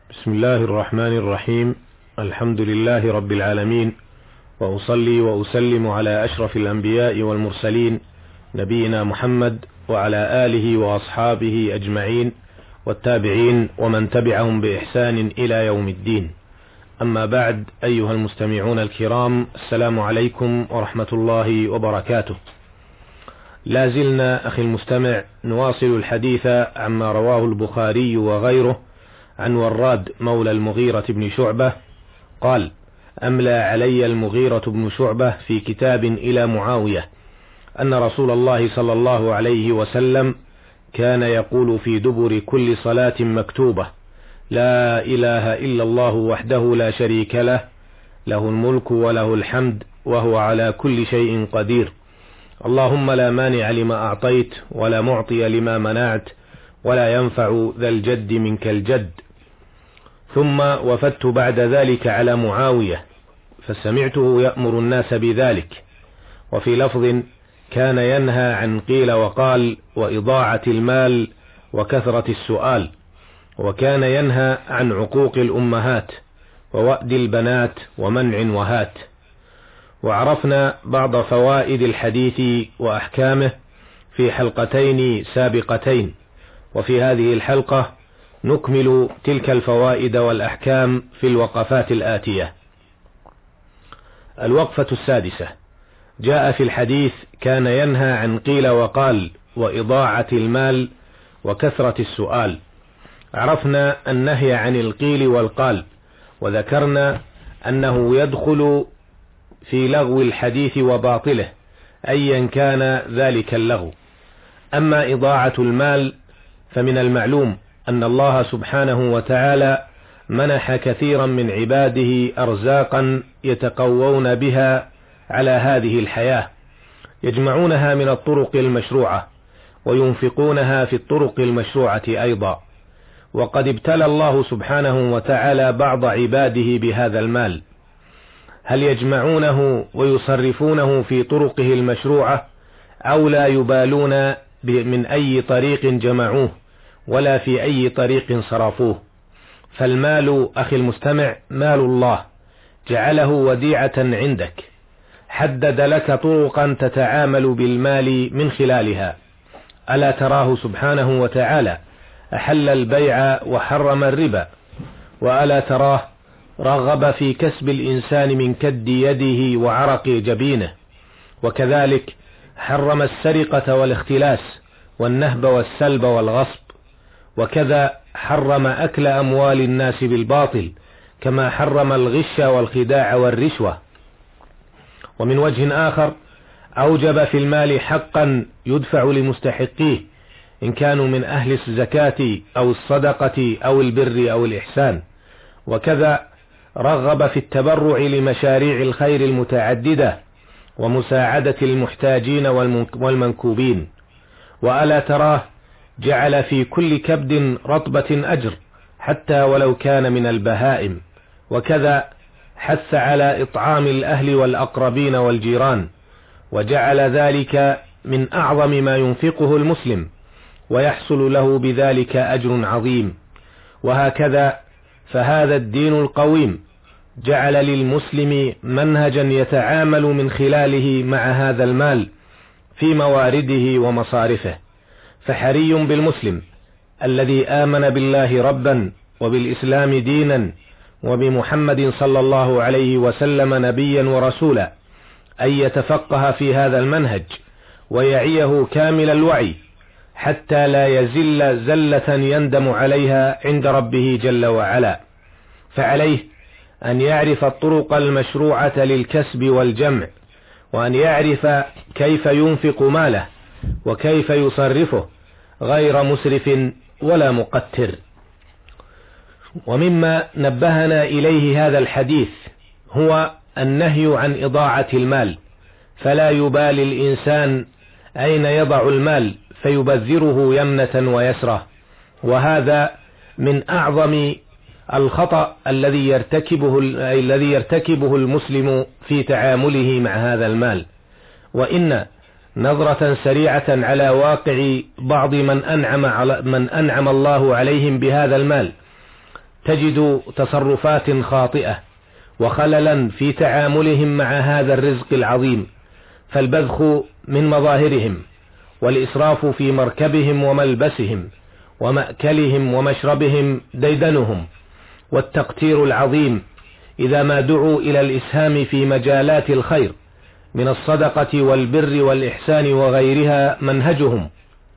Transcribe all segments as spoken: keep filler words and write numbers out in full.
بسم الله الرحمن الرحيم. الحمد لله رب العالمين، وأصلي وأسلم على أشرف الأنبياء والمرسلين نبينا محمد وعلى آله وأصحابه أجمعين والتابعين ومن تبعهم بإحسان إلى يوم الدين. أما بعد، أيها المستمعون الكرام، السلام عليكم ورحمة الله وبركاته. لا زلنا أخي المستمع نواصل الحديث عما رواه البخاري وغيره عن وراد مولى المغيرة بن شعبة قال: أملى علي المغيرة بن شعبة في كتاب إلى معاوية أن رسول الله صلى الله عليه وسلم كان يقول في دبر كل صلاة مكتوبة: لا إله إلا الله وحده لا شريك له، له الملك وله الحمد وهو على كل شيء قدير، اللهم لا مانع لما أعطيت ولا معطي لما منعت ولا ينفع ذا الجد منك الجد. ثم وفدت بعد ذلك على معاوية فسمعته يأمر الناس بذلك. وفي لفظ: كان ينهى عن قيل وقال وإضاعة المال وكثرة السؤال، وكان ينهى عن عقوق الأمهات ووأد البنات ومنع وهات. وعرفنا بعض فوائد الحديث وأحكامه في حلقتين سابقتين، وفي هذه الحلقة نكمل تلك الفوائد والأحكام في الوقفات الآتية. الوقفة السادسة: جاء في الحديث كان ينهى عن قيل وقال وإضاعة المال وكثرة السؤال. عرفنا النهي عن القيل والقال، وذكرنا أنه يدخل في لغو الحديث وباطله أيا كان ذلك اللغو. أما إضاعة المال فمن المعلوم أن الله سبحانه وتعالى منح كثيرا من عباده أرزاقا يتقوون بها على هذه الحياة، يجمعونها من الطرق المشروعة وينفقونها في الطرق المشروعة أيضا. وقد ابتلى الله سبحانه وتعالى بعض عباده بهذا المال، هل يجمعونه ويصرفونه في طرقه المشروعة أو لا يبالون من أي طريق جمعوه ولا في أي طريق صرفوه؟ فالمال أخي المستمع مال الله، جعله وديعة عندك، حدد لك طرقا تتعامل بالمال من خلالها. ألا تراه سبحانه وتعالى أحل البيع وحرم الربا؟ وألا تراه رغب في كسب الإنسان من كد يده وعرق جبينه؟ وكذلك حرم السرقة والاختلاس والنهب والسلب والغصب، وكذا حرم أكل أموال الناس بالباطل، كما حرم الغش والخداع والرشوة. ومن وجه آخر أوجب في المال حقا يدفع لمستحقيه إن كانوا من أهل الزكاة أو الصدقة أو البر أو الإحسان. وكذا رغب في التبرع لمشاريع الخير المتعددة ومساعدة المحتاجين والمنكوبين. وألا تراه جعل في كل كبد رطبة أجر حتى ولو كان من البهائم. وكذا حث على إطعام الأهل والأقربين والجيران، وجعل ذلك من أعظم ما ينفقه المسلم ويحصل له بذلك أجر عظيم. وهكذا فهذا الدين القويم جعل للمسلم منهجا يتعامل من خلاله مع هذا المال في موارده ومصارفه. فحري بالمسلم الذي آمن بالله ربا وبالإسلام دينا وبمحمد صلى الله عليه وسلم نبيا ورسولا أن يتفقه في هذا المنهج ويعيه كامل الوعي حتى لا يزل زلة يندم عليها عند ربه جل وعلا. فعليه أن يعرف الطرق المشروعة للكسب والجمع، وأن يعرف كيف ينفق ماله وكيف يصرفه غير مسرف ولا مقتر. ومما نبهنا إليه هذا الحديث هو النهي عن إضاعة المال، فلا يبالي الإنسان أين يضع المال فيبذره يمنة ويسرة. وهذا من أعظم الخطأ الذي يرتكبه الذي يرتكبه المسلم في تعامله مع هذا المال. وإن نظرة سريعة على واقع بعض من أنعم على من أنعم الله عليهم بهذا المال تجد تصرفات خاطئة وخللا في تعاملهم مع هذا الرزق العظيم، فالبذخ من مظاهرهم، والإسراف في مركبهم وملبسهم ومأكلهم ومشربهم ديدنهم، والتقتير العظيم إذا ما دعوا إلى الإسهام في مجالات الخير من الصدقة والبر والإحسان وغيرها منهجهم،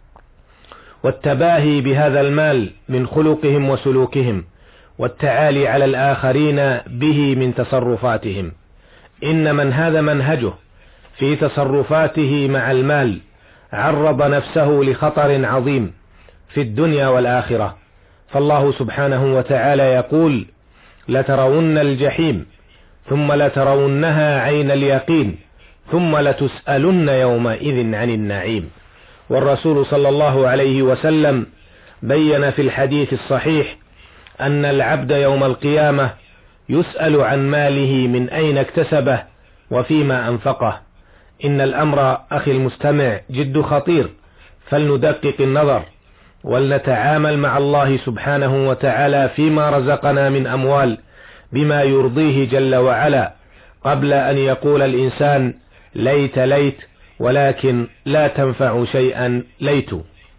والتباهي بهذا المال من خلقهم وسلوكهم، والتعالي على الآخرين به من تصرفاتهم. إن من هذا منهجه في تصرفاته مع المال عرض نفسه لخطر عظيم في الدنيا والآخرة، فالله سبحانه وتعالى يقول: لترون الجحيم ثم لترونها عين اليقين ثم لتسألن يومئذ عن النعيم. والرسول صلى الله عليه وسلم بين في الحديث الصحيح أن العبد يوم القيامة يسأل عن ماله من أين اكتسبه وفيما أنفقه. إن الأمر أخي المستمع جد خطير، فلندقق النظر ولنتعامل مع الله سبحانه وتعالى فيما رزقنا من أموال بما يرضيه جل وعلا، قبل أن يقول الإنسان ليت ليت، ولكن لا تنفع شيئا ليت.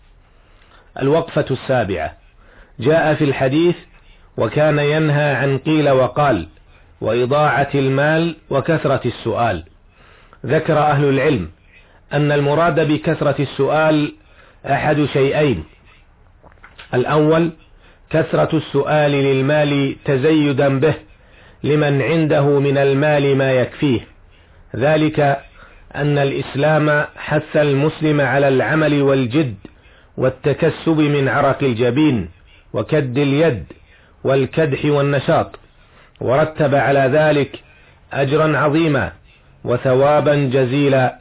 الوقفة السابعة: جاء في الحديث: وكان ينهى عن قيل وقال وإضاعة المال وكثرة السؤال. ذكر أهل العلم أن المراد بكثرة السؤال أحد شيئين: الأول كثرة السؤال للمال تزيدا به لمن عنده من المال ما يكفيه، ذلك أن الإسلام حث المسلم على العمل والجد والتكسب من عرق الجبين وكد اليد والكدح والنشاط، ورتب على ذلك أجرا عظيما وثوابا جزيلا،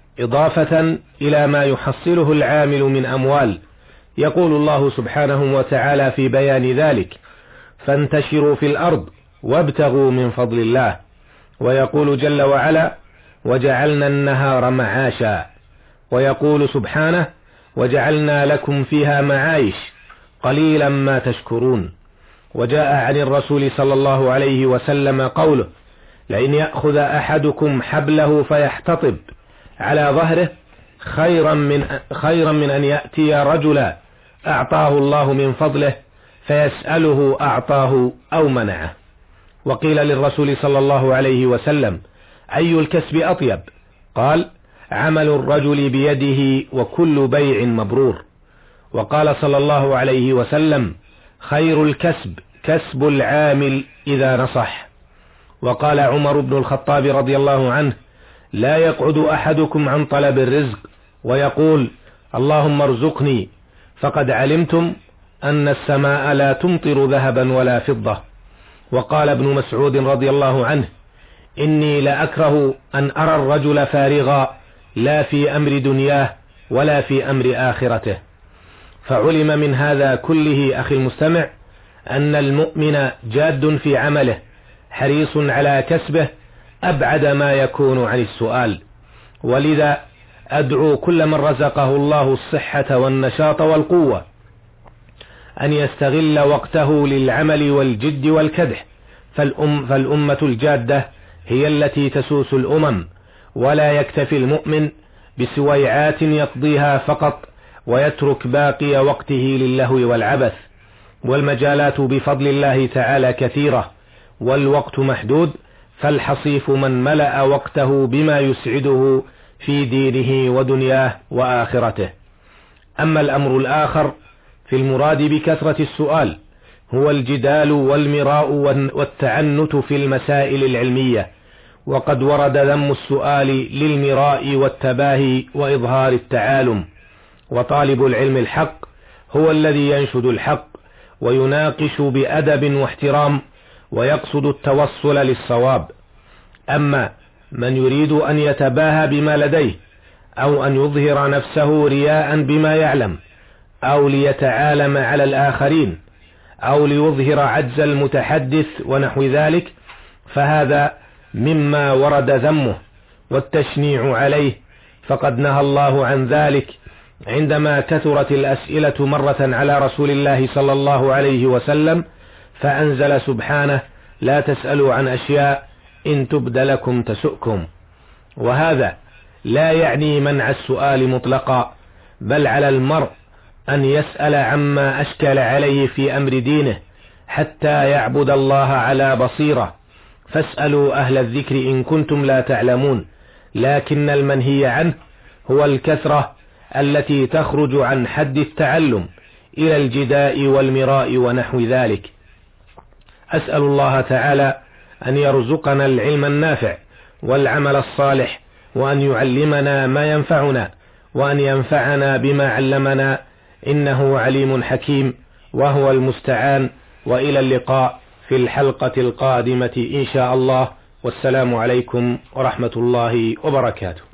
إضافة إلى ما يحصله العامل من أموال. يقول الله سبحانه وتعالى في بيان ذلك: فانتشروا في الأرض وابتغوا من فضل الله. ويقول جل وعلا: وجعلنا النهار معاشا. ويقول سبحانه: وجعلنا لكم فيها معايش قليلا ما تشكرون. وجاء عن الرسول صلى الله عليه وسلم قوله: لئن يأخذ أحدكم حبله فيحتطب على ظهره خيرا من, خيرا من أن يأتي رجلا أعطاه الله من فضله فيسأله أعطاه أو منعه. وقيل للرسول صلى الله عليه وسلم: أي الكسب أطيب؟ قال: عمل الرجل بيده وكل بيع مبرور. وقال صلى الله عليه وسلم: خير الكسب كسب العامل إذا نصح. وقال عمر بن الخطاب رضي الله عنه: لا يقعد أحدكم عن طلب الرزق ويقول: اللهم ارزقني، فقد علمتم أن السماء لا تمطر ذهبا ولا فضة. وقال ابن مسعود رضي الله عنه: إني لأكره أن أرى الرجل فارغا لا في أمر دنياه ولا في أمر آخرته. فعلم من هذا كله أخي المستمع أن المؤمن جاد في عمله حريص على كسبه أبعد ما يكون عن السؤال. ولذا أدعو كل من رزقه الله الصحة والنشاط والقوة أن يستغل وقته للعمل والجد والكدح، فالأم فالأمة الجادة هي التي تسوس الأمم. ولا يكتفي المؤمن بسويعات يقضيها فقط ويترك باقي وقته للهو والعبث. والمجالات بفضل الله تعالى كثيرة والوقت محدود، فالحصيف من ملأ وقته بما يسعده في دينه ودنياه وآخرته. أما الأمر الآخر في المراد بكثرة السؤال هو الجدال والمراء والتعنت في المسائل العلمية، وقد ورد ذم السؤال للمراء والتباهي وإظهار التعالم. وطالب العلم الحق هو الذي ينشد الحق ويناقش بأدب واحترام ويقصد التوصل للصواب. أما من يريد أن يتباهى بما لديه أو أن يظهر نفسه رياء بما يعلم أو ليتعالم على الآخرين أو ليظهر عجز المتحدث ونحو ذلك، فهذا مما ورد ذمه والتشنيع عليه، فقد نهى الله عن ذلك عندما كثرت الأسئلة مرة على رسول الله صلى الله عليه وسلم، فأنزل سبحانه: لا تسألوا عن أشياء إن تبد لكم تسؤكم. وهذا لا يعني منع السؤال مطلقا، بل على المرء أن يسأل عما أشكل عليه في أمر دينه حتى يعبد الله على بصيرة. فاسألوا أهل الذكر إن كنتم لا تعلمون. لكن المنهي عنه هو الكثرة التي تخرج عن حد التعلم إلى الجداء والمراء ونحو ذلك. أسأل الله تعالى أن يرزقنا العلم النافع والعمل الصالح، وأن يعلمنا ما ينفعنا، وأن ينفعنا بما علمنا، إنه عليم حكيم، وهو المستعان. وإلى اللقاء في الحلقة القادمة إن شاء الله، والسلام عليكم ورحمة الله وبركاته.